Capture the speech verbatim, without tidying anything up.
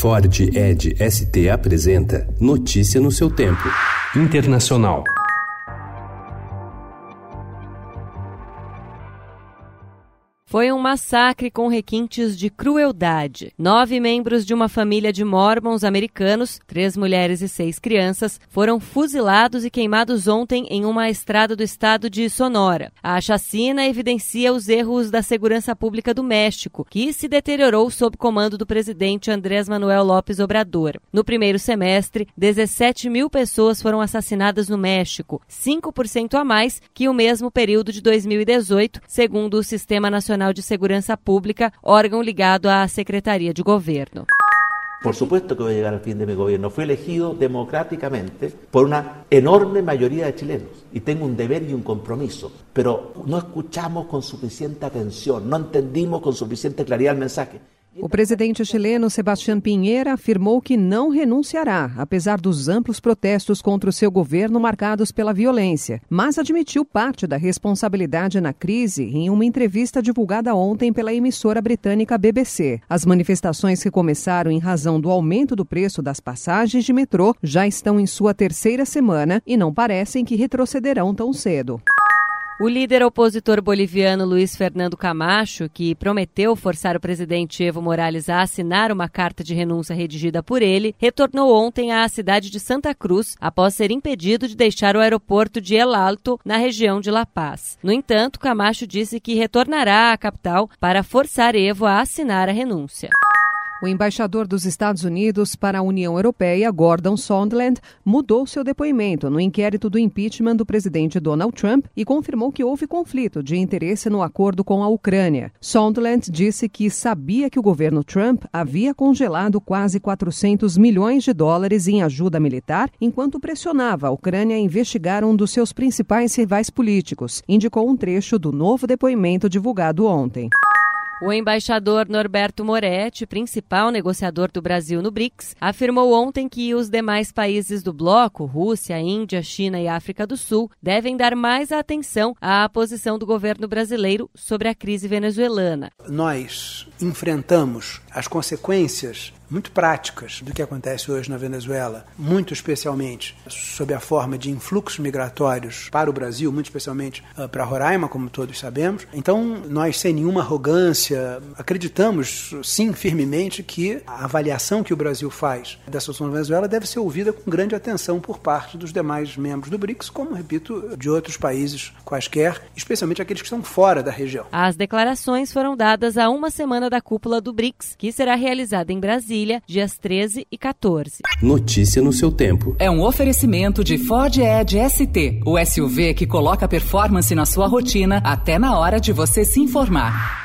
Ford Edge S T apresenta Notícia no seu tempo. Internacional. Foi um massacre com requintes de crueldade. Nove membros de uma família de mórmons americanos, três mulheres e seis crianças, foram fuzilados e queimados ontem em uma estrada do estado de Sonora. A chacina evidencia os erros da segurança pública do México, que se deteriorou sob comando do presidente Andrés Manuel López Obrador. No primeiro semestre, dezessete mil pessoas foram assassinadas no México, cinco por cento a mais que o mesmo período de dois mil e dezoito, segundo o Sistema Nacional de Segurança Pública, órgão ligado à Secretaria de Governo. Por supuesto que voy a llegar al fin de mi gobierno. Fui elegido democráticamente por una enorme mayoría de chilenos y tengo un deber y un compromiso, pero no escuchamos con suficiente atención, no entendimos con suficiente claridad el mensaje. O presidente chileno Sebastián Piñera afirmou que não renunciará, apesar dos amplos protestos contra o seu governo marcados pela violência, mas admitiu parte da responsabilidade na crise em uma entrevista divulgada ontem pela emissora britânica B B C. As manifestações que começaram em razão do aumento do preço das passagens de metrô já estão em sua terceira semana e não parecem que retrocederão tão cedo. O líder opositor boliviano Luiz Fernando Camacho, que prometeu forçar o presidente Evo Morales a assinar uma carta de renúncia redigida por ele, retornou ontem à cidade de Santa Cruz após ser impedido de deixar o aeroporto de El Alto, na região de La Paz. No entanto, Camacho disse que retornará à capital para forçar Evo a assinar a renúncia. O embaixador dos Estados Unidos para a União Europeia, Gordon Sondland, mudou seu depoimento no inquérito do impeachment do presidente Donald Trump e confirmou que houve conflito de interesse no acordo com a Ucrânia. Sondland disse que sabia que o governo Trump havia congelado quase quatrocentos milhões de dólares em ajuda militar enquanto pressionava a Ucrânia a investigar um dos seus principais rivais políticos, indicou um trecho do novo depoimento divulgado ontem. O embaixador Norberto Moretti, principal negociador do Brasil no BRICS, afirmou ontem que os demais países do bloco, Rússia, Índia, China e África do Sul, devem dar mais atenção à posição do governo brasileiro sobre a crise venezuelana. Nós enfrentamos as consequências muito práticas do que acontece hoje na Venezuela, muito especialmente sob a forma de influxos migratórios para o Brasil, muito especialmente uh, para Roraima, como todos sabemos. Então, nós, sem nenhuma arrogância, acreditamos, sim, firmemente, que a avaliação que o Brasil faz da situação na Venezuela deve ser ouvida com grande atenção por parte dos demais membros do BRICS, como, repito, de outros países quaisquer, especialmente aqueles que estão fora da região. As declarações foram dadas a uma semana da cúpula do BRICS, que será realizada em Brasília, dias treze e quatorze. Notícia no seu tempo. É um oferecimento de Ford Edge S T, o S U V que coloca performance na sua rotina até na hora de você se informar.